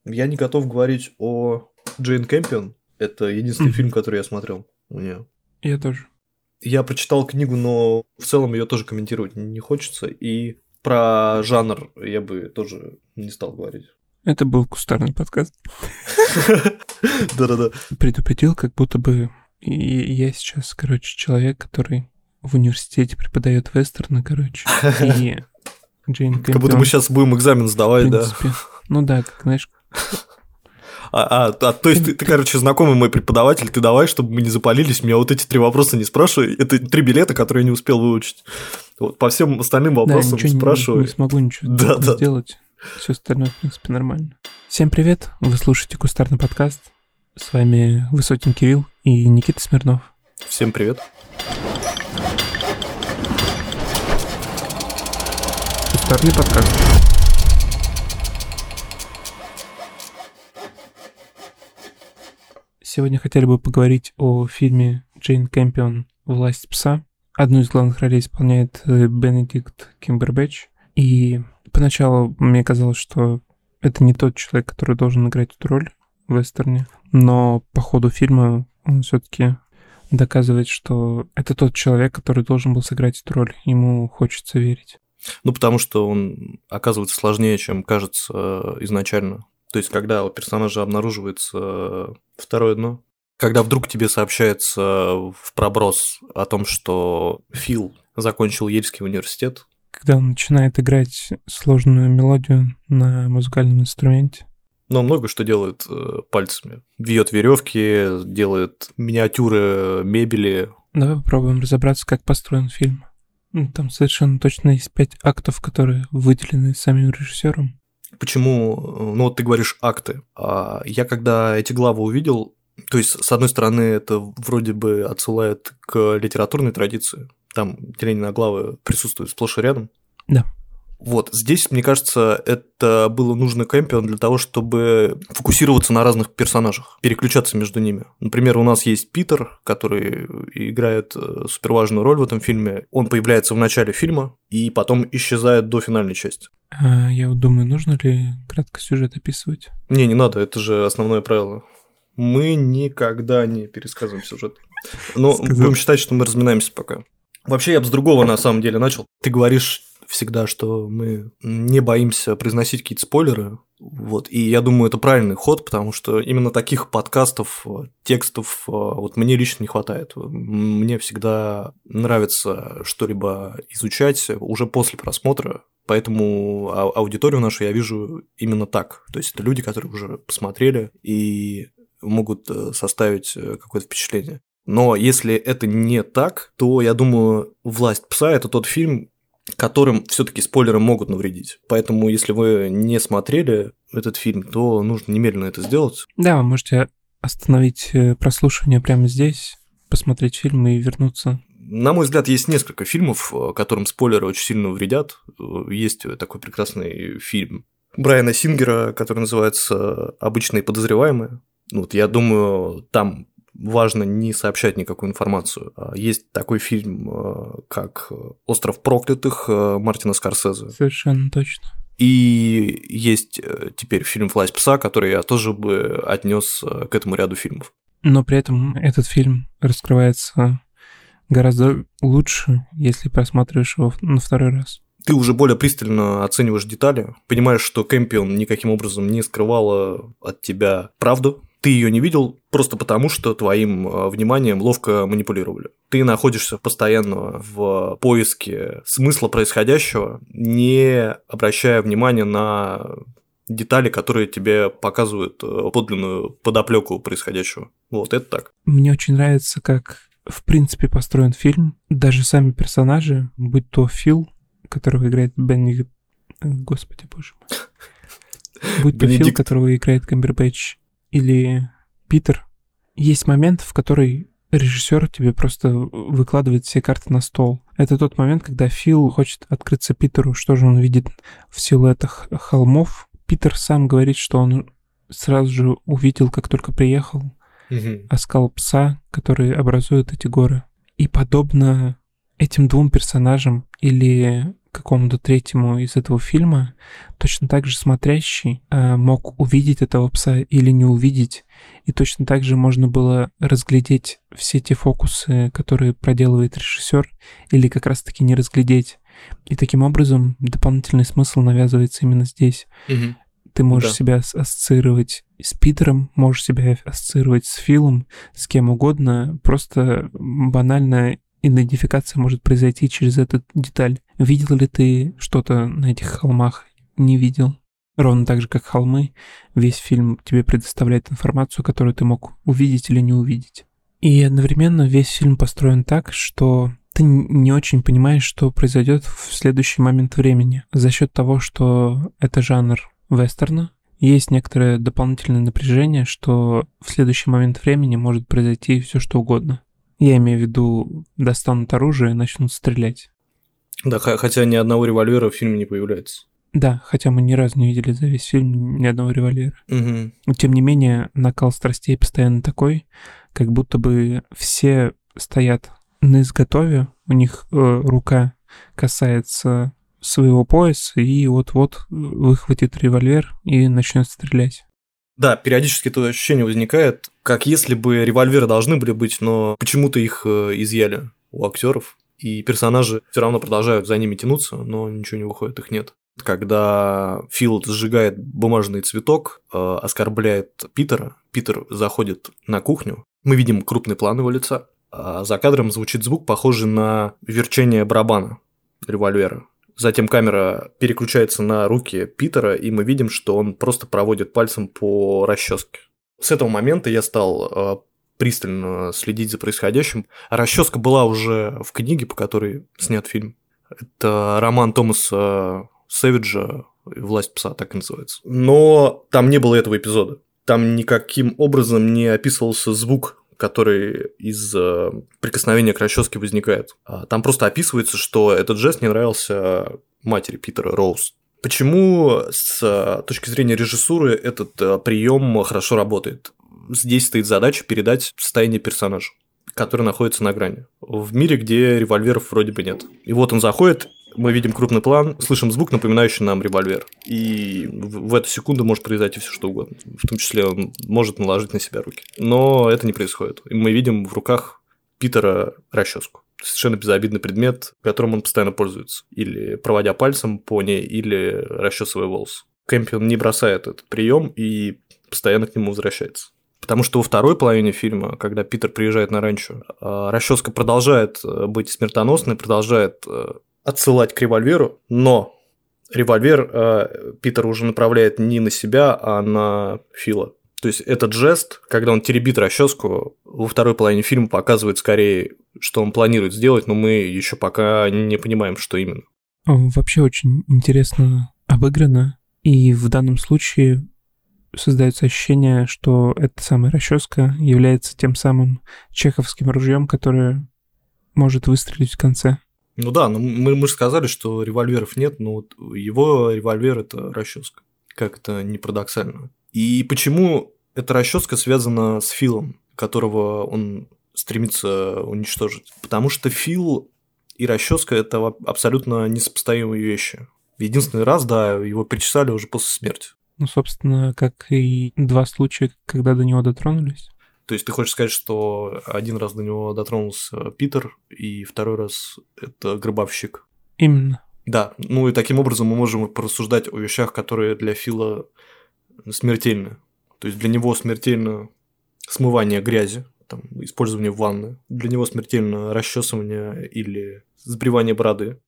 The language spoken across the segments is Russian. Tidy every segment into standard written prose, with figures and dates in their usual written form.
Я не готов говорить о Джейн Кэмпион. Это единственный фильм, который я смотрел у нее. Я тоже. Я прочитал книгу, но в целом ее тоже комментировать не хочется. И про жанр я бы тоже не стал говорить. Это был кустарный подкаст. Да-да-да. Предупредил, как будто бы я сейчас, человек, который в университете преподает вестерны, и Джейн Кэмпион. Как будто мы сейчас будем экзамен сдавать, да? Ну да, как, знаешь... То есть ты, знакомый мой преподаватель, ты давай, чтобы мы не запалились, меня вот эти 3 вопроса не спрашивай. Это 3 билета, которые я не успел выучить. Вот, по всем остальным вопросам спрашивай. Не смогу ничего сделать. Все остальное, в принципе, нормально. Всем привет, вы слушаете Кустарный подкаст. С вами Высотин Кирилл и Никита Смирнов. Всем привет. Кустарный подкаст. Сегодня хотели бы поговорить о фильме Джейн Кэмпион «Власть пса». Одну из главных ролей исполняет Бенедикт Камбербэтч. И поначалу мне казалось, что это не тот человек, который должен играть эту роль в вестерне. Но по ходу фильма он все-таки доказывает, что это тот человек, который должен был сыграть эту роль. Ему хочется верить. Ну, потому что он оказывается сложнее, чем кажется изначально. То есть, когда у персонажа обнаруживается второе дно, когда вдруг тебе сообщается в проброс о том, что Фил закончил Ельский университет. Когда он начинает играть сложную мелодию на музыкальном инструменте. Но он много что делает пальцами. Вьет веревки, делает миниатюры мебели. Давай попробуем разобраться, как построен фильм. Там совершенно точно есть 5 актов, которые выделены самим режиссером. Почему? Ну, вот ты говоришь акты. А я когда эти главы увидел, то есть, с одной стороны, это вроде бы отсылает к литературной традиции. Там деление на главы присутствует сплошь и рядом. Да. Вот, здесь, мне кажется, это было нужно Кэмпион для того, чтобы фокусироваться на разных персонажах, переключаться между ними. Например, у нас есть Питер, который играет суперважную роль в этом фильме. Он появляется в начале фильма и потом исчезает до финальной части. Я вот думаю, нужно ли кратко сюжет описывать? Не надо, это же основное правило. Мы никогда не пересказываем сюжет. Но будем считать, что мы разминаемся пока. Вообще, я бы с другого на самом деле начал. Ты говоришь всегда, что мы не боимся произносить какие-то спойлеры. Вот. И я думаю, это правильный ход, потому что именно таких подкастов, текстов вот мне лично не хватает. Мне всегда нравится что-либо изучать уже после просмотра, поэтому аудиторию нашу я вижу именно так. То есть это люди, которые уже посмотрели и могут составить какое-то впечатление. Но если это не так, то я думаю, «Власть пса» – это тот фильм, которым все-таки спойлеры могут навредить. Поэтому, если вы не смотрели этот фильм, то нужно немедленно это сделать. Да, вы можете остановить прослушивание прямо здесь, посмотреть фильм и вернуться. На мой взгляд, есть несколько фильмов, которым спойлеры очень сильно вредят. Есть такой прекрасный фильм Брайана Сингера, который называется «Обычные подозреваемые». Вот, я думаю, там важно не сообщать никакую информацию. Есть такой фильм, как «Остров проклятых» Мартина Скорсезе. Совершенно точно. И есть теперь фильм «Власть пса», который я тоже бы отнес к этому ряду фильмов. Но при этом этот фильм раскрывается гораздо лучше, если просматриваешь его на второй раз. Ты уже более пристально оцениваешь детали, понимаешь, что Кэмпион никаким образом не скрывала от тебя правду. Ты ее не видел просто потому, что твоим вниманием ловко манипулировали. Ты находишься постоянно в поиске смысла происходящего, не обращая внимания на детали, которые тебе показывают подлинную подоплеку происходящего. Вот это так. Мне очень нравится, как в принципе построен фильм. Даже сами персонажи, будь то Фил, которого играет Бенедикт... Господи боже мой. Будь то Фил, которого играет Камбербэтч, или Питер, есть момент, в который режиссер тебе просто выкладывает все карты на стол. Это тот момент, когда Фил хочет открыться Питеру, что же он видит в силуэтах холмов. Питер сам говорит, что он сразу же увидел, как только приехал, оскал пса, который образует эти горы. И подобно этим двум персонажам или какому-то третьему из этого фильма точно так же смотрящий мог увидеть этого пса или не увидеть, и точно так же можно было разглядеть все те фокусы, которые проделывает режиссер, или как раз-таки не разглядеть. И таким образом дополнительный смысл навязывается именно здесь. Ты можешь себя ассоциировать с Питером, можешь себя ассоциировать с Филом, с кем угодно, просто банально идентификация может произойти через эту деталь. Видел ли ты что-то на этих холмах? Не видел. Ровно так же, как холмы, весь фильм тебе предоставляет информацию, которую ты мог увидеть или не увидеть. И одновременно весь фильм построен так, что ты не очень понимаешь, что произойдет в следующий момент времени. За счет того, что это жанр вестерна, есть некоторое дополнительное напряжение, что в следующий момент времени может произойти все что угодно. Я имею в виду, достанут оружие и начнут стрелять. Да, хотя ни одного револьвера в фильме не появляется. Да, хотя мы ни разу не видели за весь фильм ни одного револьвера. Но тем не менее, накал страстей постоянно такой, как будто бы все стоят на изготове, у них рука касается своего пояса, и вот-вот выхватит револьвер и начнет стрелять. Да, периодически это ощущение возникает, как если бы револьверы должны были быть, но почему-то их изъяли у актеров, и персонажи все равно продолжают за ними тянуться, но ничего не выходит, их нет. Когда Фил сжигает бумажный цветок, оскорбляет Питера, Питер заходит на кухню, мы видим крупный план его лица, а за кадром звучит звук, похожий на верчение барабана револьвера. Затем камера переключается на руки Питера, и мы видим, что он просто проводит пальцем по расческе. С этого момента я стал пристально следить за происходящим. Расческа была уже в книге, по которой снят фильм. Это роман Томаса Сэвиджа «Власть пса», так и называется. Но там не было этого эпизода. Там никаким образом не описывался звук, который из прикосновения к расческе возникает. Там просто описывается, что этот жест не нравился матери Питера, Роуз. Почему с точки зрения режиссуры этот прием хорошо работает? Здесь стоит задача передать состояние персонажа, который находится на грани, в мире, где револьверов вроде бы нет. И вот он заходит, мы видим крупный план, слышим звук, напоминающий нам револьвер. И в эту секунду может произойти все что угодно. В том числе он может наложить на себя руки. Но это не происходит. И мы видим в руках Питера расческу. Совершенно безобидный предмет, которым он постоянно пользуется. Или проводя пальцем по ней, или расчесывая волосы. Кэмпион не бросает этот прием и постоянно к нему возвращается. Потому что во второй половине фильма, когда Питер приезжает на ранчо, расческа продолжает быть смертоносной, продолжает отсылать к револьверу, но револьвер Питер уже направляет не на себя, а на Фила. То есть этот жест, когда он теребит расческу, во второй половине фильма показывает скорее, что он планирует сделать, но мы еще пока не понимаем, что именно. Вообще очень интересно обыграно, и в данном случае создается ощущение, что эта самая расческа является тем самым чеховским ружьем, которое может выстрелить в конце. Ну да, но мы же сказали, что револьверов нет, но вот его револьвер – это расческа. Как это не парадоксально. И почему эта расческа связана с Филом, которого он стремится уничтожить? Потому что Фил и расческа – это абсолютно несопоставимые вещи. Единственный раз, да, его причесали уже после смерти. Ну, собственно, как и два случая, когда до него дотронулись. То есть ты хочешь сказать, что один раз до него дотронулся Питер, и второй раз это гробовщик? Именно. Да, ну и таким образом мы можем порассуждать о вещах, которые для Фила смертельны. То есть для него смертельно смывание грязи, там, использование ванны, для него смертельно расчесывание или сбривание бороды.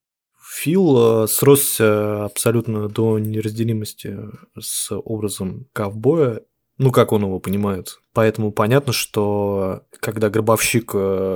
Фил сросся абсолютно до неразделимости с образом ковбоя, ну, как он его понимает. Поэтому понятно, что когда гробовщик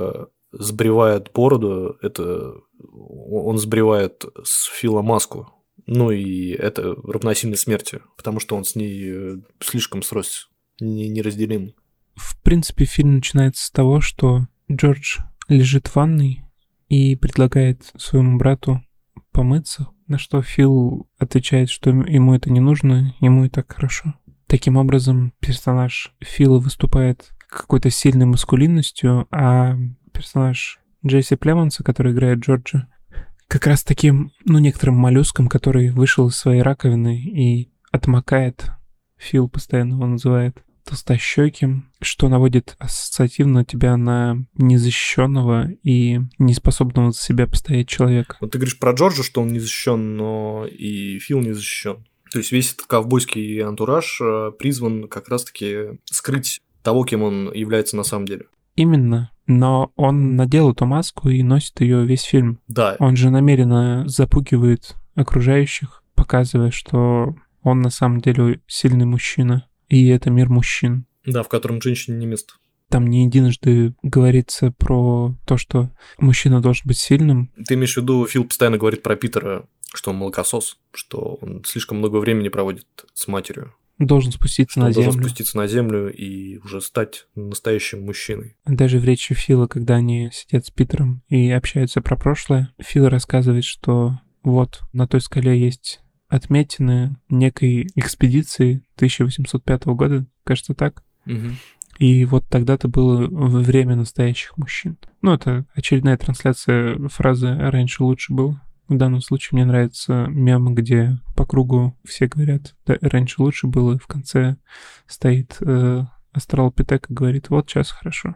сбривает бороду, это он сбривает с Фила маску. Ну, и это равносильно смерти, потому что он с ней слишком сросся, неразделим. В принципе, фильм начинается с того, что Джордж лежит в ванной и предлагает своему брату помыться, на что Фил отвечает, что ему это не нужно, ему и так хорошо. Таким образом, персонаж Фила выступает какой-то сильной маскулинностью, а персонаж Джесси Племонса, который играет Джорджа, как раз таким, некоторым моллюском, который вышел из своей раковины и отмокает. Фил постоянно его называет толстощёким, что наводит ассоциативно тебя на незащищенного и неспособного за себя постоять человека. Вот ты говоришь про Джорджа, что он не защищен, но и Фил не защищен. То есть весь этот ковбойский антураж призван как раз-таки скрыть того, кем он является на самом деле. Именно. Но он надел эту маску и носит ее весь фильм. Да. Он же намеренно запугивает окружающих, показывая, что он на самом деле сильный мужчина. И это мир мужчин. Да, в котором женщине не место. Там не единожды говорится про то, что мужчина должен быть сильным. Ты имеешь в виду, Фил постоянно говорит про Питера, что он молокосос, что он слишком много времени проводит с матерью. Должен спуститься на землю. Должен спуститься на землю и уже стать настоящим мужчиной. Даже в речи Фила, когда они сидят с Питером и общаются про прошлое, Фил рассказывает, что вот на той скале есть отметины некой экспедиции 1805 года, кажется, так. Угу. И вот тогда-то было время настоящих мужчин. Это очередная трансляция фразы «раньше лучше было». В данном случае мне нравится мем, где по кругу все говорят «да, раньше лучше было», в конце стоит Астралопитек и говорит «вот сейчас хорошо».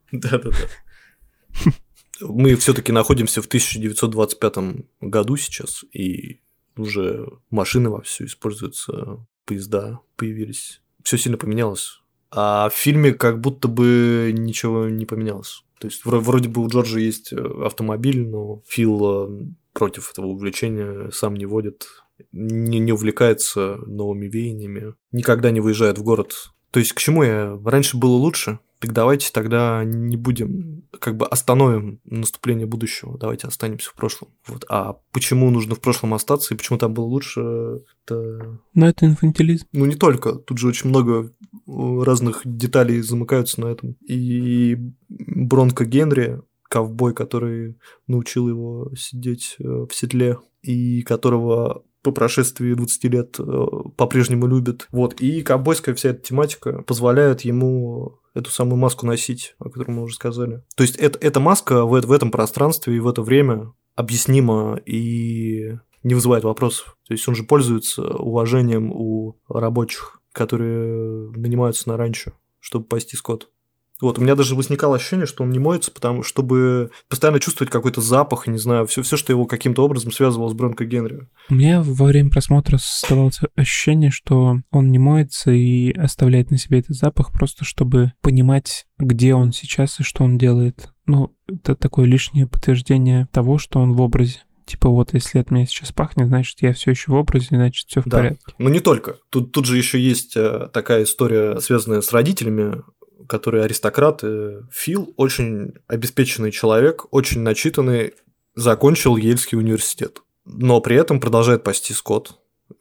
Да-да-да. Мы все-таки находимся в 1925 году сейчас, и уже машины вовсю используются, поезда появились. Все сильно поменялось. А в фильме как будто бы ничего не поменялось. То есть вроде бы у Джорджа есть автомобиль, но Фил против этого увлечения сам не водит, не увлекается новыми веяниями, никогда не выезжает в город. То есть к чему я? Раньше было лучше, так давайте тогда не будем, остановим наступление будущего, давайте останемся в прошлом. Вот. А почему нужно в прошлом остаться и почему там было лучше? Это инфантилизм. Не только, тут же очень много разных деталей замыкаются на этом. И Бронко Генри, ковбой, который научил его сидеть в седле, и которого по прошествии 20 лет по-прежнему любит. Вот. И ковбойская вся эта тематика позволяет ему эту самую маску носить, о которой мы уже сказали. То есть эта маска в этом пространстве и в это время объяснима и не вызывает вопросов. То есть он же пользуется уважением у рабочих, которые нанимаются на ранчо, чтобы пасти скот. Вот, у меня даже возникало ощущение, что он не моется, чтобы постоянно чувствовать какой-то запах, не знаю, все, что его каким-то образом связывало с Бронко Генри. У меня во время просмотра создавалось ощущение, что он не моется и оставляет на себе этот запах, просто чтобы понимать, где он сейчас и что он делает. Это такое лишнее подтверждение того, что он в образе. Типа вот, если от меня сейчас пахнет, значит, я все еще в образе, значит, все в порядке. Не только. Тут же еще есть такая история, связанная с родителями, которые аристократы. Фил очень обеспеченный человек, очень начитанный, закончил Ельский университет, но при этом продолжает пасти скот,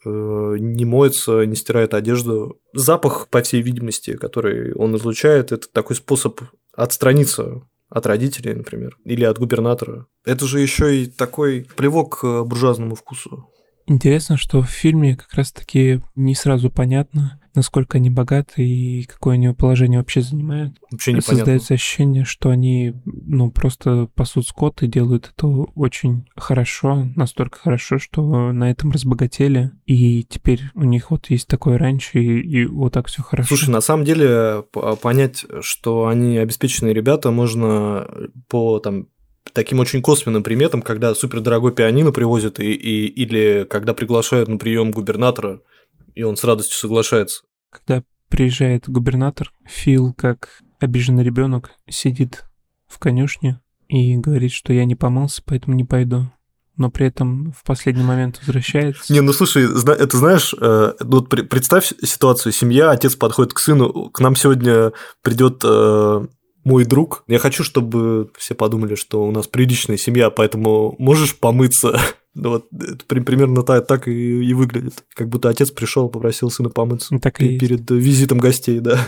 не моется, не стирает одежду. Запах, по всей видимости, который он излучает, это такой способ отстраниться от родителей, например, или от губернатора. Это же еще и такой плевок к буржуазному вкусу. Интересно, что в фильме как раз-таки не сразу понятно, насколько они богаты и какое они положение вообще занимают. Вообще непонятно. Создается ощущение, что они просто пасут скот и делают это очень хорошо, настолько хорошо, что на этом разбогатели, и теперь у них вот есть такое раньше, и вот так все хорошо. Слушай, на самом деле понять, что они обеспеченные ребята, можно по таким очень косвенным приметам, когда супердорогой пианино привозят или когда приглашают на прием губернатора, и он с радостью соглашается. Когда приезжает губернатор, Фил, как обиженный ребенок, сидит в конюшне и говорит, что я не помылся, поэтому не пойду. Но при этом в последний момент возвращается. Слушай, это знаешь, вот представь ситуацию, семья, отец подходит к сыну, к нам сегодня придет мой друг. Я хочу, чтобы все подумали, что у нас приличная семья, поэтому можешь помыться. Вот это примерно так и выглядит. Как будто отец пришел, попросил сына помыться перед визитом гостей, да.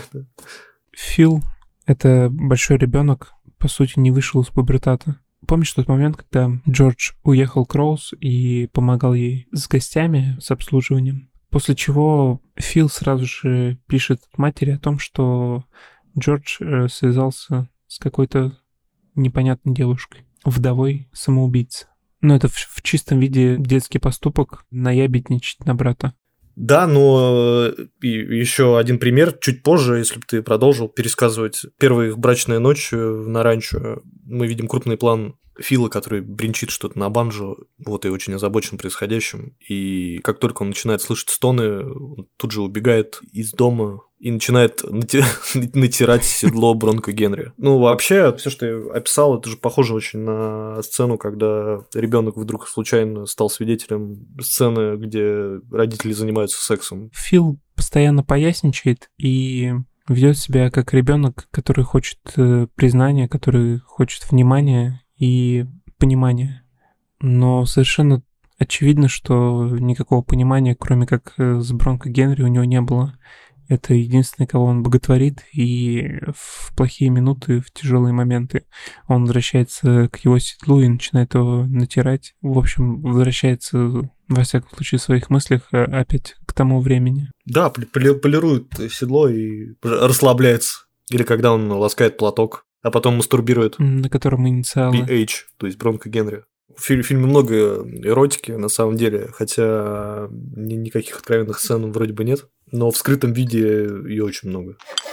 Фил — это большой ребенок, по сути, не вышел из пубертата. Помнишь тот момент, когда Джордж уехал к Роуз и помогал ей с гостями, с обслуживанием? После чего Фил сразу же пишет матери о том, что Джордж связался с какой-то непонятной девушкой. вдовой самоубийцы. Но это в чистом виде детский поступок наябедничать на брата. Да, но и еще один пример. Чуть позже, если бы ты продолжил пересказывать первая их брачная ночь на ранчо, мы видим крупный план Фила, который бренчит что-то на банджо, вот и очень озабочен происходящим. И как только он начинает слышать стоны, он тут же убегает из дома и начинает натирать седло Бронко Генри. Ну, вообще, все, что я описал, это же похоже очень на сцену, когда ребенок вдруг случайно стал свидетелем сцены, где родители занимаются сексом. Фил постоянно поясничает и ведет себя как ребенок, который хочет признания, который хочет внимания и понимания. Но совершенно очевидно, что никакого понимания, кроме как с Бронко Генри, у него не было. Это единственный, кого он боготворит, и в плохие минуты, в тяжелые моменты он возвращается к его седлу и начинает его натирать. В общем, возвращается, во всяком случае, в своих мыслях опять к тому времени. Да, полирует седло и расслабляется. Или когда он ласкает платок, а потом мастурбирует. На котором инициалы. PH, то есть Бронко Генри. В фильме много эротики, на самом деле, хотя никаких откровенных сцен вроде бы нет, но в скрытом виде ее очень много.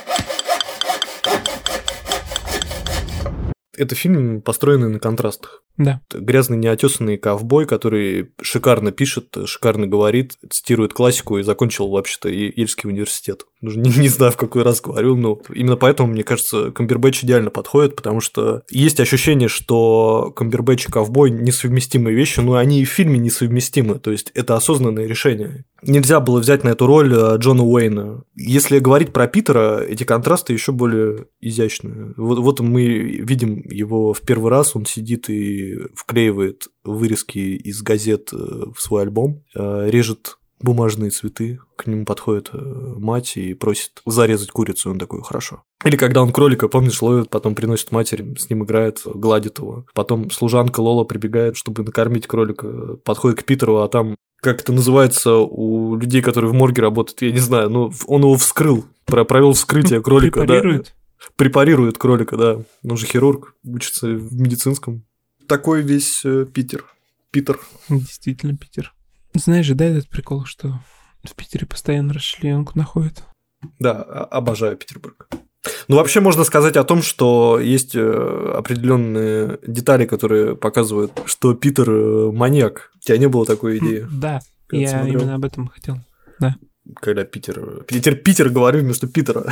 Это фильм, построенный на контрастах. Да. Грязный неотесанный ковбой, который шикарно пишет, шикарно говорит, цитирует классику и закончил вообще-то Ельский университет. Не знаю, в какой раз говорю, но именно поэтому, мне кажется, Камбербэтч идеально подходит, потому что есть ощущение, что Камбербэтч и ковбой несовместимые вещи, но они и в фильме несовместимы, то есть это осознанное решение. Нельзя было взять на эту роль Джона Уэйна. Если говорить про Питера, эти контрасты еще более изящные. Вот мы видим его в первый раз, он сидит и вклеивает вырезки из газет в свой альбом, режет бумажные цветы, к нему подходит мать и просит зарезать курицу, он такой: хорошо. Или когда он кролика, помнишь, ловит, потом приносит матери, с ним играет, гладит его. Потом служанка Лола прибегает, чтобы накормить кролика, подходит к Питеру, а там, как это называется у людей, которые в морге работают, я не знаю, но он его вскрыл, провел вскрытие кролика. Препарирует? Да, препарирует кролика, да. Он же хирург, учится в медицинском. Такой весь Питер. Действительно, Питер. Знаешь же, да, этот прикол, что в Питере постоянно расчлененку находят? Да, обожаю Петербург. Ну, вообще можно сказать о том, что есть определенные детали, которые показывают, что Питер маньяк. У тебя не было такой идеи? Да, я именно об этом хотел. Да. Когда Питер говорю вместо Питера.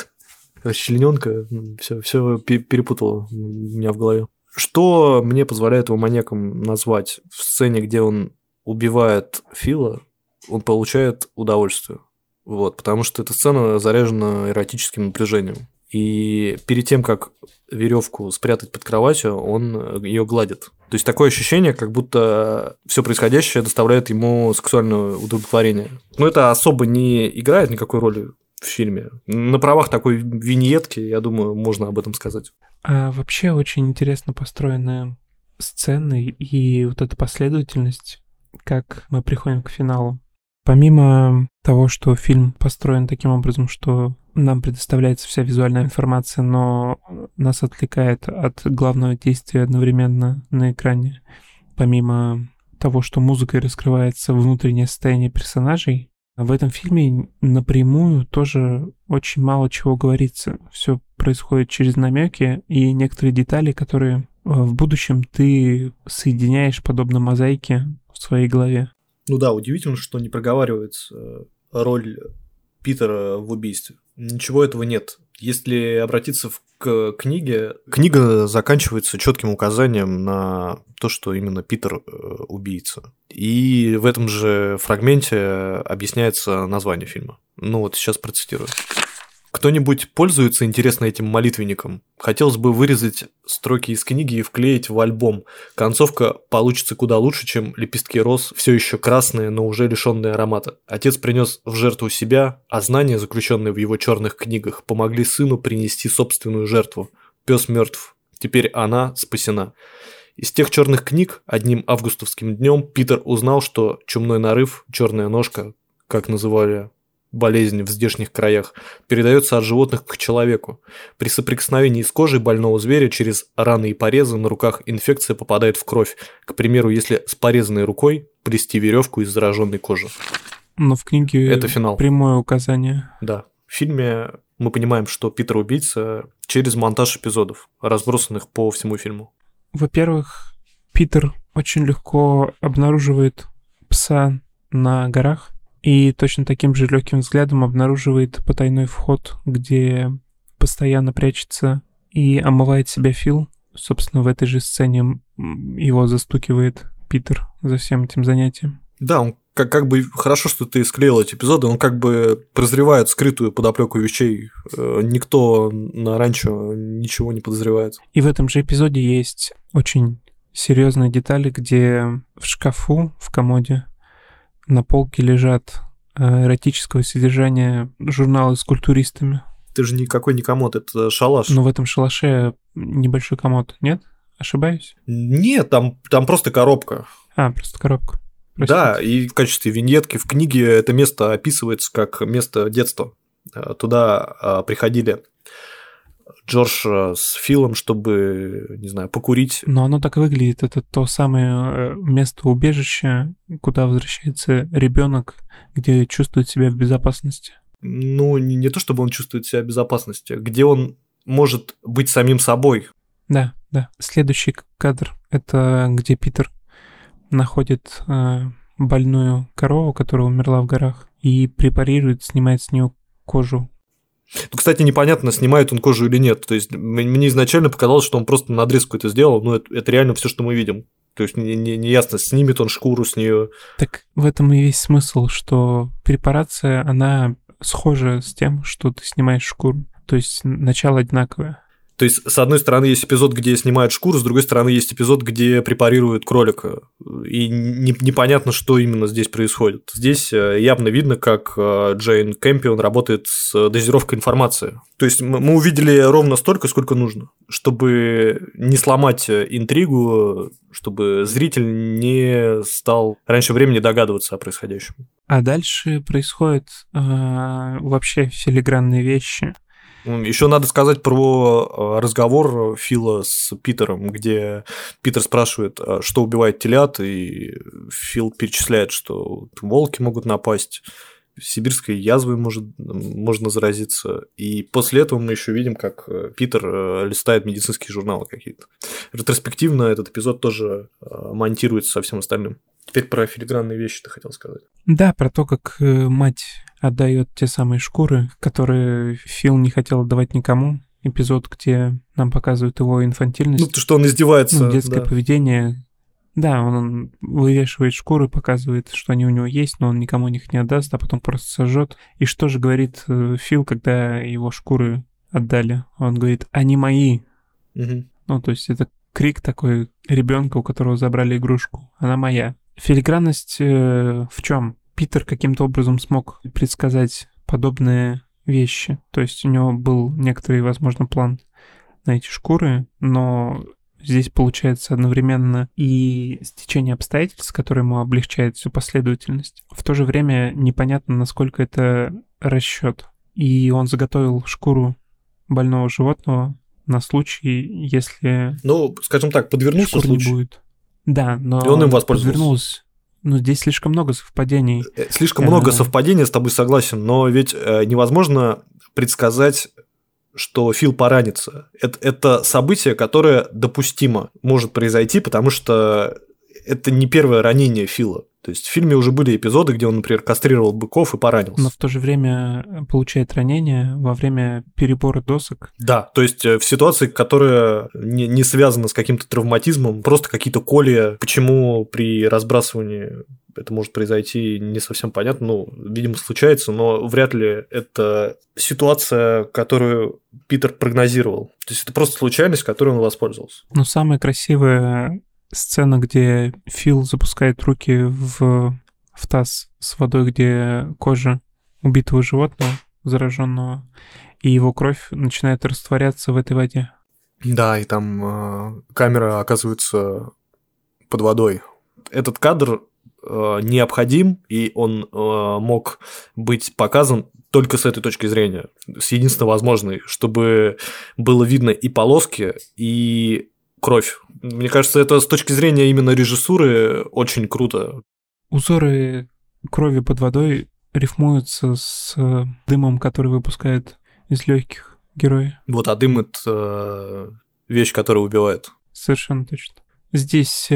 Расчлененка, все перепутало у меня в голове. Что мне позволяет его маньяком назвать? В сцене, где он убивает Фила, он получает удовольствие. Вот, потому что эта сцена заряжена эротическим напряжением. И перед тем, как веревку спрятать под кроватью, он ее гладит. То есть такое ощущение, как будто все происходящее доставляет ему сексуальное удовлетворение. Но это особо не играет никакой роли в фильме. На правах такой виньетки, я думаю, можно об этом сказать. А вообще очень интересно построены сцены и вот эта последовательность, как мы приходим к финалу. Помимо того, что фильм построен таким образом, что нам предоставляется вся визуальная информация, но нас отвлекает от главного действия одновременно на экране, помимо того, что музыкой раскрывается внутреннее состояние персонажей, в этом фильме напрямую тоже очень мало чего говорится. Все происходит через намеки и некоторые детали, которые в будущем ты соединяешь подобно мозаике в своей голове. Ну да, удивительно, что не проговаривается роль Питера в убийстве. Ничего этого нет. Если обратиться к книге, книга заканчивается четким указанием на то, что именно Питер убийца. И в этом же фрагменте объясняется название фильма. Ну вот сейчас процитирую. Кто-нибудь пользуется, интересно, этим молитвенником? Хотелось бы вырезать строки из книги и вклеить в альбом. Концовка получится куда лучше, чем лепестки роз, все еще красные, но уже лишенные аромата. Отец принес в жертву себя, а знания, заключенные в его черных книгах, помогли сыну принести собственную жертву. Пес мертв. Теперь она спасена. Из тех черных книг одним августовским днем Питер узнал, что чумной нарыв, черная ножка, как называли болезнь в здешних краях, передается от животных к человеку. При соприкосновении с кожей больного зверя через раны и порезы на руках инфекция попадает в кровь. К примеру, если с порезанной рукой плести веревку из зараженной кожи. Но в книге это финал. Прямое указание. Да. В фильме мы понимаем, что Питер убийца через монтаж эпизодов, разбросанных по всему фильму. Во-первых, Питер очень легко обнаруживает пса на горах и точно таким же легким взглядом обнаруживает потайной вход, где постоянно прячется и омывает себя Фил. Собственно, в этой же сцене его застукивает Питер за всем этим занятием. Да, он как бы хорошо, что ты склеил эти эпизоды, он как бы прозревает скрытую подоплеку вещей. Никто на ранчо ничего не подозревает. И в этом же эпизоде есть очень серьезные детали, где в шкафу, в комоде, на полке лежат эротического содержания журналы с культуристами. Это же никакой не комод, это шалаш. Но в этом шалаше небольшой комод, нет? Ошибаюсь? Нет, там просто коробка. Просто коробка. Простите. Да, и в качестве виньетки в книге это место описывается как место детства. Туда приходили Джордж с Филом, чтобы, не знаю, покурить. Но оно так и выглядит. Это то самое место убежища, куда возвращается ребенок, где чувствует себя в безопасности. Ну, не то, чтобы он чувствует себя в безопасности, где он может быть самим собой. Да. Следующий кадр — это где Питер находит больную корову, которая умерла в горах, и препарирует, снимает с нее кожу. Ну, кстати, непонятно, снимает он кожу или нет. То есть мне изначально показалось, что он просто надрезку это сделал, но это реально все, что мы видим. То есть не ясно, снимет он шкуру с нее. Так в этом и весь смысл, что препарация, она схожа с тем, что ты снимаешь шкуру. То есть начало одинаковое. То есть, с одной стороны, есть эпизод, где снимают шкуру, с другой стороны, есть эпизод, где препарируют кролика. И непонятно, что именно здесь происходит. Здесь явно видно, как Джейн Кэмпион работает с дозировкой информации. То есть, мы увидели ровно столько, сколько нужно, чтобы не сломать интригу, чтобы зритель не стал раньше времени догадываться о происходящем. А дальше происходят вообще филигранные вещи. Еще надо сказать про разговор Фила с Питером, где Питер спрашивает, что убивает телят, и Фил перечисляет, что волки могут напасть, сибирской язвой можно заразиться. И после этого мы еще видим, как Питер листает медицинские журналы какие-то. Ретроспективно этот эпизод тоже монтируется со всем остальным. Теперь про филигранные вещи ты хотел сказать. Да, про то, как мать отдает те самые шкуры, которые Фил не хотел отдавать никому. Эпизод, где нам показывают его инфантильность. Ну, то, что он издевается. Детское поведение. Да, он вывешивает шкуры, показывает, что они у него есть, но он никому их не отдаст, а потом просто сожжет. И что же говорит Фил, когда его шкуры отдали? Он говорит: они мои. Угу. Ну, то есть это крик такой ребенка, у которого забрали игрушку. Она моя. Филигранность в чем? Питер каким-то образом смог предсказать подобные вещи. То есть у него был некоторый, возможно, план на эти шкуры, но здесь получается одновременно и стечение обстоятельств, которое ему облегчает всю последовательность. В то же время непонятно, насколько это расчет. И он заготовил шкуру больного животного на случай, если... Ну, скажем так, подвернулся случай. Не будет. Да, но и он им воспользовался. Подвернулся. Ну, здесь слишком много совпадений. Слишком много совпадений, с тобой согласен, но ведь невозможно предсказать, что Фил поранится. Это событие, которое допустимо может произойти, потому что это не первое ранение Фила. То есть в фильме уже были эпизоды, где он, например, кастрировал быков и поранился. Но в то же время получает ранение во время перебора досок. Да, то есть в ситуации, которая не связана с каким-то травматизмом, просто какие-то колия. Почему при разбрасывании это может произойти, не совсем понятно. Ну, видимо, случается, но вряд ли это ситуация, которую Питер прогнозировал. То есть это просто случайность, которой он воспользовался. Но самая красивая сцена, где Фил запускает руки в таз с водой, где кожа убитого животного, зараженного, и его кровь начинает растворяться в этой воде. Да, и там камера оказывается под водой. Этот кадр необходим, и он мог быть показан только с этой точки зрения, с единственно возможной, чтобы было видно и полоски, и кровь. Мне кажется, это с точки зрения именно режиссуры очень круто. Узоры крови под водой рифмуются с дымом, который выпускает из легких герои. Вот, а дым – это вещь, которая убивает. Совершенно точно. Здесь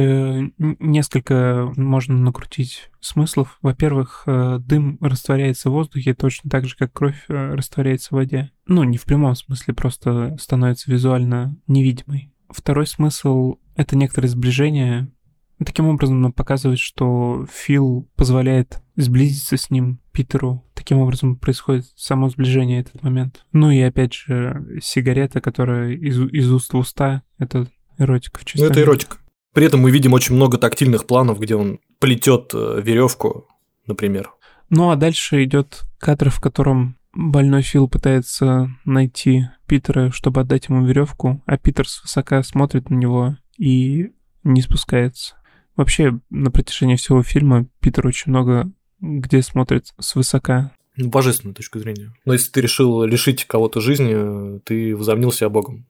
несколько можно накрутить смыслов. Во-первых, дым растворяется в воздухе точно так же, как кровь растворяется в воде. Ну, не в прямом смысле, просто становится визуально невидимой. Второй смысл — это некоторое сближение. Таким образом, он показывает, что Фил позволяет сблизиться с ним, Питеру. Таким образом происходит само сближение, этот момент. Ну и опять же, сигарета, которая из уст в уста — это эротика в чистом виде. Это эротика. При этом мы видим очень много тактильных планов, где он плетет веревку, например. Ну а дальше идет кадр, в котором больной Фил пытается найти Питера, чтобы отдать ему веревку, а Питер свысока смотрит на него и не спускается. Вообще, на протяжении всего фильма Питер очень много где смотрит свысока. Божественную точку зрения. Но если ты решил лишить кого-то жизни, ты возомнил себя Богом.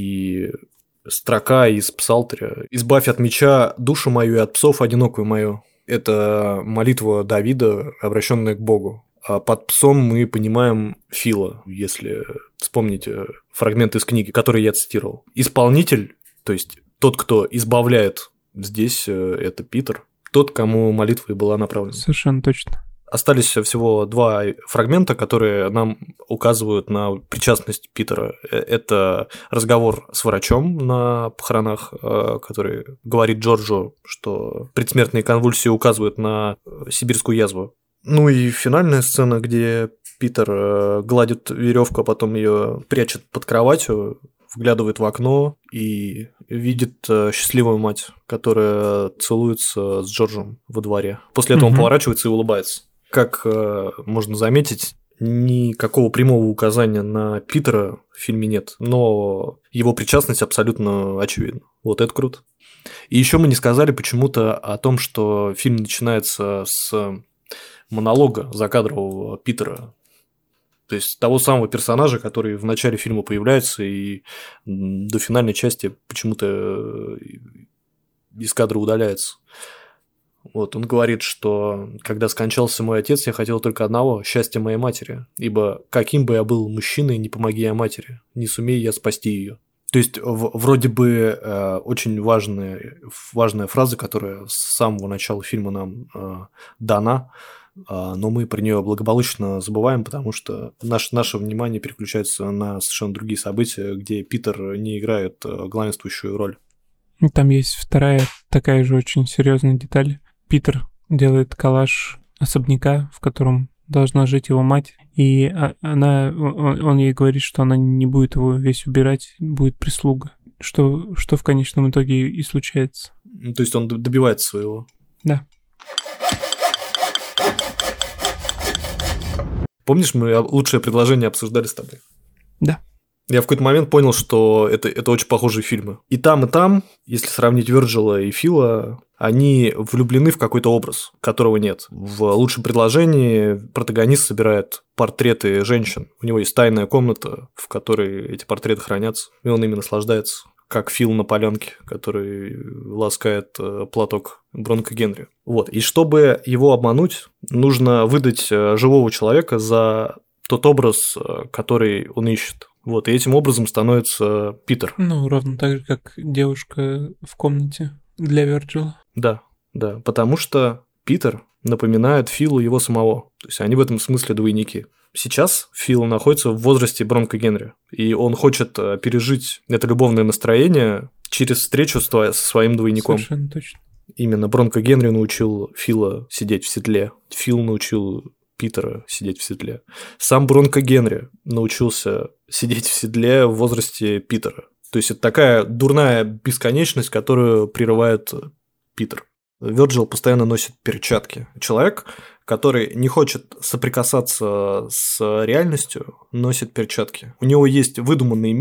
И строка из Псалтыря: «Избавь от меча душу мою и от псов одинокую мою». Это молитва Давида, обращенная к Богу. А под псом мы понимаем Фила, если вспомнить фрагмент из книги, который я цитировал. Исполнитель, то есть тот, кто избавляет, здесь это Питер, тот, кому молитва и была направлена. Совершенно точно. Остались всего два фрагмента, которые нам указывают на причастность Питера. Это разговор с врачом на похоронах, который говорит Джорджу, что предсмертные конвульсии указывают на сибирскую язву. Ну и финальная сцена, где Питер гладит веревку, а потом ее прячет под кроватью, вглядывает в окно и видит счастливую мать, которая целуется с Джорджем во дворе. После этого он поворачивается и улыбается. Как можно заметить, никакого прямого указания на Питера в фильме нет, но его причастность абсолютно очевидна. Вот это круто. И еще мы не сказали почему-то о том, что фильм начинается с монолога закадрового Питера. То есть того самого персонажа, который в начале фильма появляется и до финальной части почему-то из кадра удаляется. Вот, он говорит, что когда скончался мой отец, я хотел только одного – счастья моей матери, ибо каким бы я был мужчиной, не помоги я матери, не сумею я спасти ее. То есть, вроде бы очень важная фраза, которая с самого начала фильма нам дана, но мы про нее благополучно забываем, потому что наше внимание переключается на совершенно другие события, где Питер не играет главенствующую роль. Там есть вторая такая же очень серьезная деталь. Питер делает коллаж особняка, в котором должна жить его мать, и он ей говорит, что она не будет его весь убирать, будет прислуга, что в конечном итоге и случается. То есть он добивается своего. Да. Помнишь, мы лучшее предложение обсуждали с тобой? Да. Я в какой-то момент понял, что это очень похожие фильмы. И там, если сравнить Вёрджила и Фила, они влюблены в какой-то образ, которого нет. В лучшем предложении протагонист собирает портреты женщин. У него есть тайная комната, в которой эти портреты хранятся, и он ими наслаждается. Как Фил на паленке, который ласкает платок Бронко Генри. Вот. И чтобы его обмануть, нужно выдать живого человека за тот образ, который он ищет. Вот, и этим образом становится Питер. Ну, ровно так же, как девушка в комнате для Вёрджила. Да, потому что Питер напоминает Филу его самого. То есть они в этом смысле двойники. Сейчас Фил находится в возрасте Бронко Генри, и он хочет пережить это любовное настроение через встречу со своим двойником. Совершенно точно. Именно Бронко Генри научил Фила сидеть в седле. Фил научил Питера сидеть в седле. Сам Бронко Генри научился сидеть в седле в возрасте Питера. То есть это такая дурная бесконечность, которую прерывает Питер. Вёрджил постоянно носит перчатки. Человек, который не хочет соприкасаться с реальностью, носит перчатки. У него есть выдуманный мир,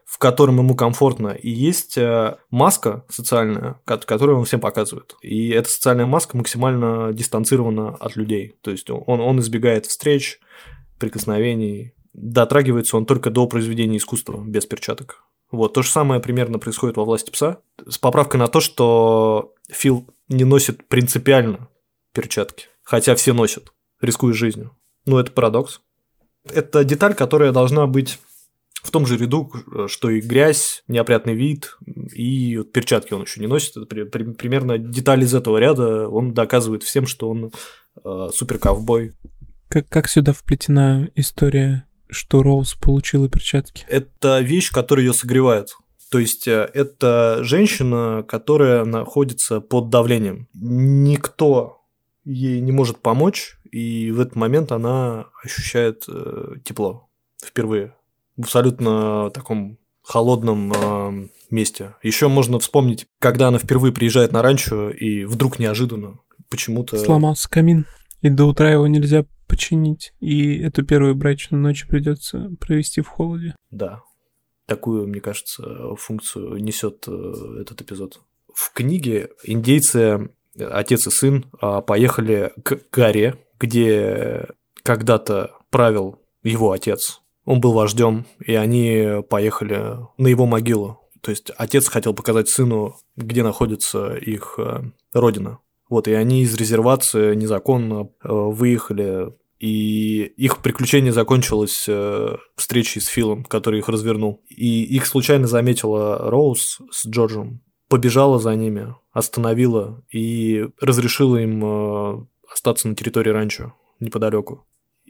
в котором ему комфортно, и есть маска социальная, которую он всем показывает. И эта социальная маска максимально дистанцирована от людей. То есть он избегает встреч, прикосновений, дотрагивается он только до произведения искусства, без перчаток. Вот, то же самое примерно происходит во «Власти пса», с поправкой на то, что Фил не носит принципиально перчатки, хотя все носят, рискуя жизнью. Ну, это парадокс. Это деталь, которая должна быть в том же ряду, что и грязь, неопрятный вид, и перчатки он еще не носит. Это примерно деталь из этого ряда. Он доказывает всем, что он суперковбой. Как сюда вплетена история, что Роуз получила перчатки? Это вещь, которая ее согревает. То есть это женщина, которая находится под давлением. Никто ей не может помочь, и в этот момент она ощущает тепло впервые в абсолютно таком холодном месте. Еще можно вспомнить, когда она впервые приезжает на ранчо, и вдруг неожиданно почему-то... Сломался камин, и до утра его нельзя починить, и эту первую брачную ночь придется провести в холоде. Да, такую, мне кажется, функцию несет этот эпизод. В книге индейцы, отец и сын, поехали к горе, где когда-то правил его отец. Он был вождем, и они поехали на его могилу. То есть отец хотел показать сыну, где находится их родина. Вот, и они из резервации незаконно выехали, и их приключение закончилось встречей с Филом, который их развернул. И их случайно заметила Роуз с Джорджем, побежала за ними, остановила и разрешила им остаться на территории ранчо неподалеку.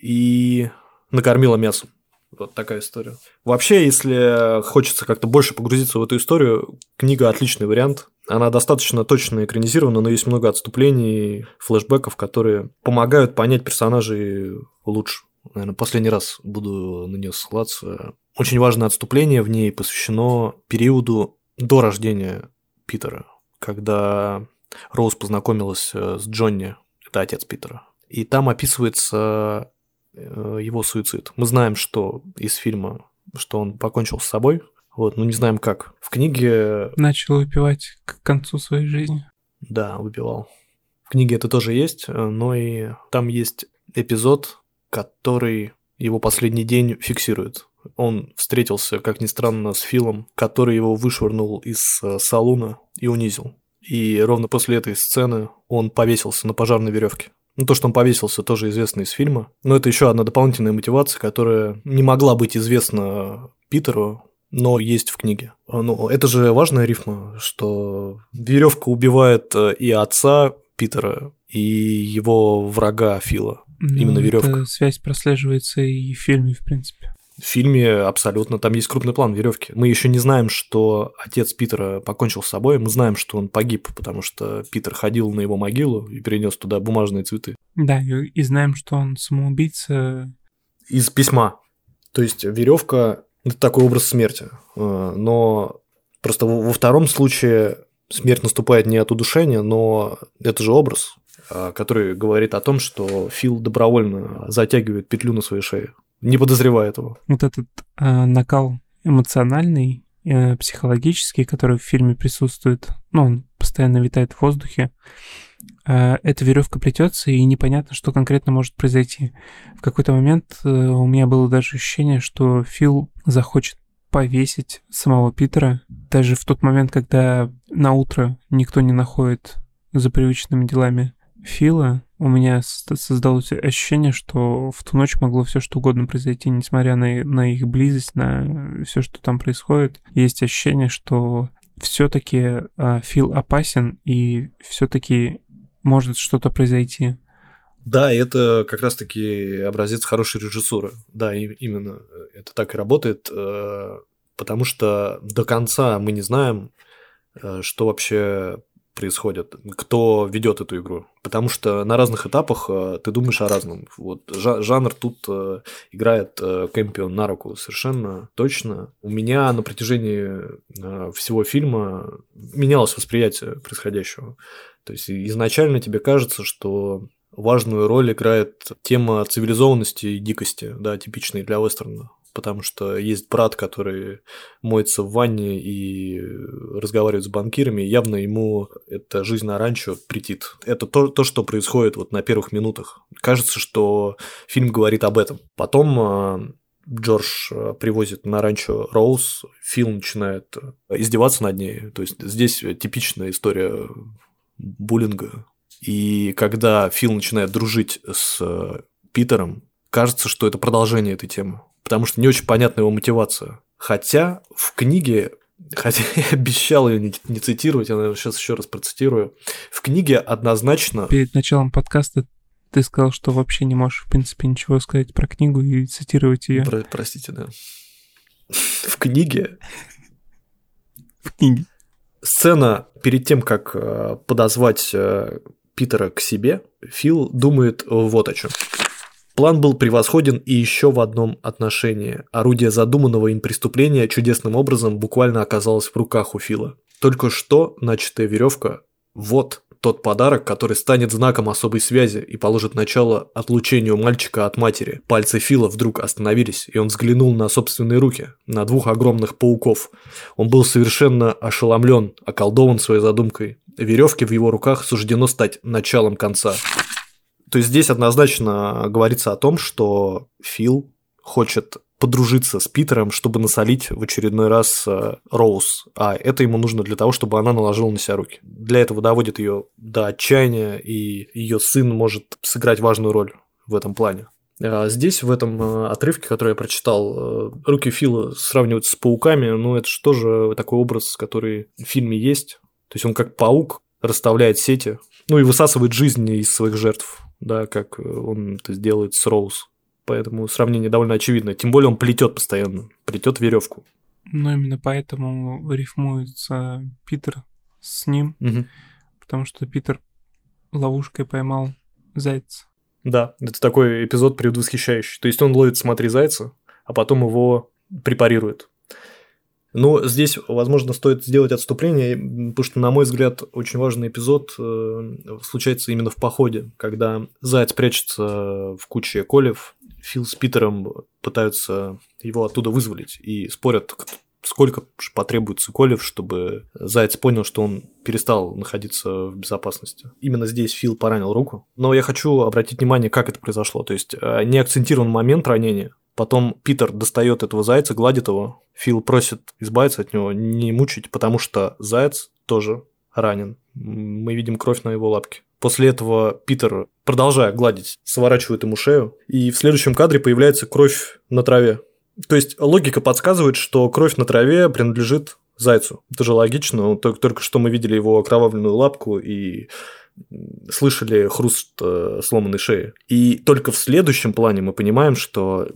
И накормила мясом. Вот такая история. Вообще, если хочется как-то больше погрузиться в эту историю, книга отличный вариант. Она достаточно точно экранизирована, но есть много отступлений, флешбеков, которые помогают понять персонажей лучше. Наверное, последний раз буду на нее ссылаться. Очень важное отступление в ней посвящено периоду до рождения Питера, когда Роуз познакомилась с Джонни, это отец Питера. И там описывается его суицид. Мы знаем, что из фильма, что он покончил с собой, вот, но не знаем как. В книге... Начал выпивать к концу своей жизни. Да, выпивал. В книге это тоже есть, но и там есть эпизод, который его последний день фиксирует. Он встретился, как ни странно, с Филом, который его вышвырнул из салуна и унизил. И ровно после этой сцены он повесился на пожарной веревке. Ну, то, что он повесился, тоже известно из фильма. Но это еще одна дополнительная мотивация, которая не могла быть известна Питеру, но есть в книге. Ну, это же важная рифма, что веревка убивает и отца Питера, и его врага Фила. Ну, именно веревка. Эта связь прослеживается и в фильме, в принципе. В фильме абсолютно, там есть крупный план веревки. Мы еще не знаем, что отец Питера покончил с собой, мы знаем, что он погиб, потому что Питер ходил на его могилу и перенес туда бумажные цветы. Да, и знаем, что он самоубийца. Из письма. То есть веревка – это такой образ смерти. Но просто во втором случае смерть наступает не от удушения, но это же образ, который говорит о том, что Фил добровольно затягивает петлю на своей шее, не подозревая этого. Вот этот накал эмоциональный, психологический, который в фильме присутствует, ну, он постоянно витает в воздухе, эта веревка плетется, и непонятно, что конкретно может произойти. В какой-то момент у меня было даже ощущение, что Фил захочет повесить самого Питера, даже в тот момент, когда на утро никто не находит за привычными делами Фила, у меня создалось ощущение, что в ту ночь могло все что угодно произойти, несмотря на их близость, на все, что там происходит. Есть ощущение, что все-таки Фил опасен, и все-таки может что-то произойти. Да, и это как раз-таки образец хорошей режиссуры. Да, именно это так и работает, потому что до конца мы не знаем, что вообще происходит, кто ведет эту игру. Потому что на разных этапах ты думаешь о разном. Вот жанр тут играет Кэмпион на руку совершенно точно. У меня на протяжении всего фильма менялось восприятие происходящего. То есть изначально тебе кажется, что важную роль играет тема цивилизованности и дикости, да, типичной для вестерна. потому что есть брат, который моется в ванне и разговаривает с банкирами, и явно ему эта жизнь на ранчо претит. Это то, что происходит вот на первых минутах. Кажется, что фильм говорит об этом. Потом Джордж привозит на ранчо Роуз, Фил начинает издеваться над ней. То есть здесь типичная история буллинга. И когда Фил начинает дружить с Питером, кажется, что это продолжение этой темы, потому что не очень понятна его мотивация. Хотя в книге, хотя я обещал ее не цитировать, я, наверное, сейчас еще раз процитирую, в книге однозначно... Перед началом подкаста ты сказал, что вообще не можешь, в принципе, ничего сказать про книгу и цитировать ее. Простите, да. В книге... Сцена перед тем, как подозвать Питера к себе, Фил думает вот о чем. План был превосходен и еще в одном отношении. Орудие задуманного им преступления чудесным образом буквально оказалось в руках у Фила. Только что начатая веревка – вот тот подарок, который станет знаком особой связи и положит начало отлучению мальчика от матери. Пальцы Фила вдруг остановились, и он взглянул на собственные руки, на двух огромных пауков. Он был совершенно ошеломлен, околдован своей задумкой. Веревке в его руках суждено стать началом конца. То есть здесь однозначно говорится о том, что Фил хочет подружиться с Питером, чтобы насолить в очередной раз Роуз. А это ему нужно для того, чтобы она наложила на себя руки. Для этого доводит ее до отчаяния, и ее сын может сыграть важную роль в этом плане. Здесь, в этом отрывке, который я прочитал, руки Фила сравниваются с пауками, но это же тоже такой образ, который в фильме есть. То есть он как паук расставляет сети, ну и высасывает жизни из своих жертв, да, как он это сделает с Роуз. Поэтому сравнение довольно очевидное. Тем более он плетет постоянно, плетет веревку. Но именно поэтому рифмуется Питер с ним, потому что Питер ловушкой поймал зайца. Да, это такой эпизод предвосхищающий. То есть он ловит «Смотри, зайца», а потом его препарирует. Но здесь, возможно, стоит сделать отступление, потому что, на мой взгляд, очень важный эпизод случается именно в походе, когда заяц прячется в куче колев, Фил с Питером пытаются его оттуда вызволить и спорят, сколько потребуется колев, чтобы заяц понял, что он перестал находиться в безопасности. Именно здесь Фил поранил руку. Но я хочу обратить внимание, как это произошло. То есть не акцентирован момент ранения. Потом Питер достает этого зайца, гладит его. Фил просит избавиться от него, не мучить, потому что заяц тоже ранен. Мы видим кровь на его лапке. После этого Питер, продолжая гладить, сворачивает ему шею, и в следующем кадре появляется кровь на траве. То есть логика подсказывает, что кровь на траве принадлежит зайцу. Это же логично, только что мы видели его окровавленную лапку и слышали хруст сломанной шеи. И только в следующем плане мы понимаем, что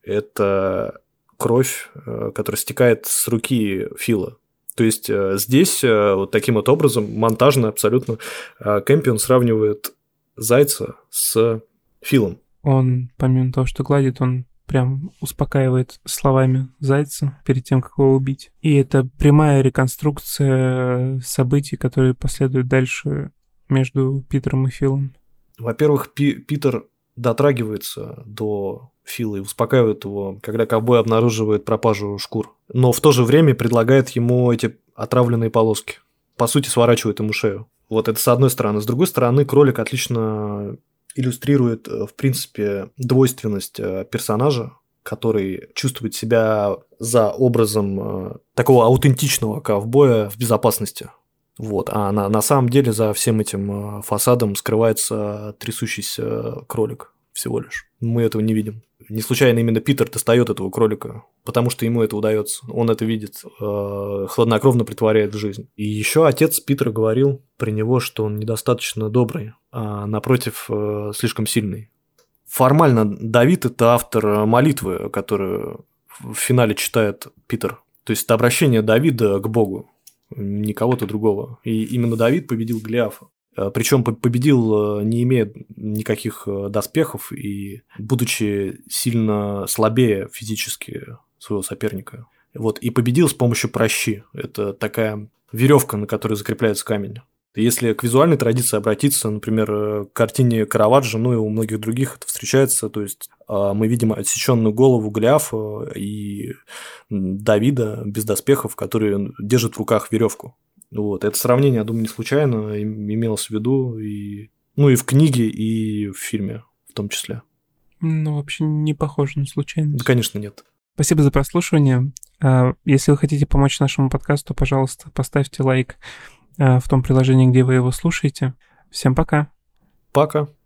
это кровь, которая стекает с руки Фила. То есть здесь вот таким вот образом, монтажно абсолютно, Кэмпион сравнивает зайца с Филом. Он, помимо того, что гладит, он прям успокаивает словами зайца перед тем, как его убить. И это прямая реконструкция событий, которые последуют дальше между Питером и Филом. Во-первых, Питер дотрагивается до Фила и успокаивает его, когда ковбой обнаруживает пропажу шкур. Но в то же время предлагает ему эти отравленные полоски. По сути, сворачивает ему шею. Вот это с одной стороны. С другой стороны, кролик отлично иллюстрирует, в принципе, двойственность персонажа, который чувствует себя за образом такого аутентичного ковбоя в безопасности. Вот. А на самом деле за всем этим фасадом скрывается трясущийся кролик всего лишь. Мы этого не видим. Не случайно именно Питер достает этого кролика, потому что ему это удается. Он это видит, хладнокровно притворяет в жизнь. И еще отец Питера говорил при него, что он недостаточно добрый, а напротив слишком сильный. Формально Давид – это автор молитвы, которую в финале читает Питер. То есть это обращение Давида к Богу, не кого-то другого. И именно Давид победил Голиафа. Причем победил, не имея никаких доспехов и будучи сильно слабее физически своего соперника. Вот, и победил с помощью пращи. Это такая веревка, на которой закрепляется камень. Если к визуальной традиции обратиться, например, к картине Караваджо, ну и у многих других это встречается, то есть мы видим отсеченную голову Голиафа и Давида без доспехов, который держит в руках веревку. Вот. Это сравнение, я думаю, не случайно имелось в виду и в книге, и в фильме в том числе. Ну, вообще не похоже на случайность. Да, конечно, нет. Спасибо за прослушивание. Если вы хотите помочь нашему подкасту, пожалуйста, поставьте лайк в том приложении, где вы его слушаете. Всем пока. Пока.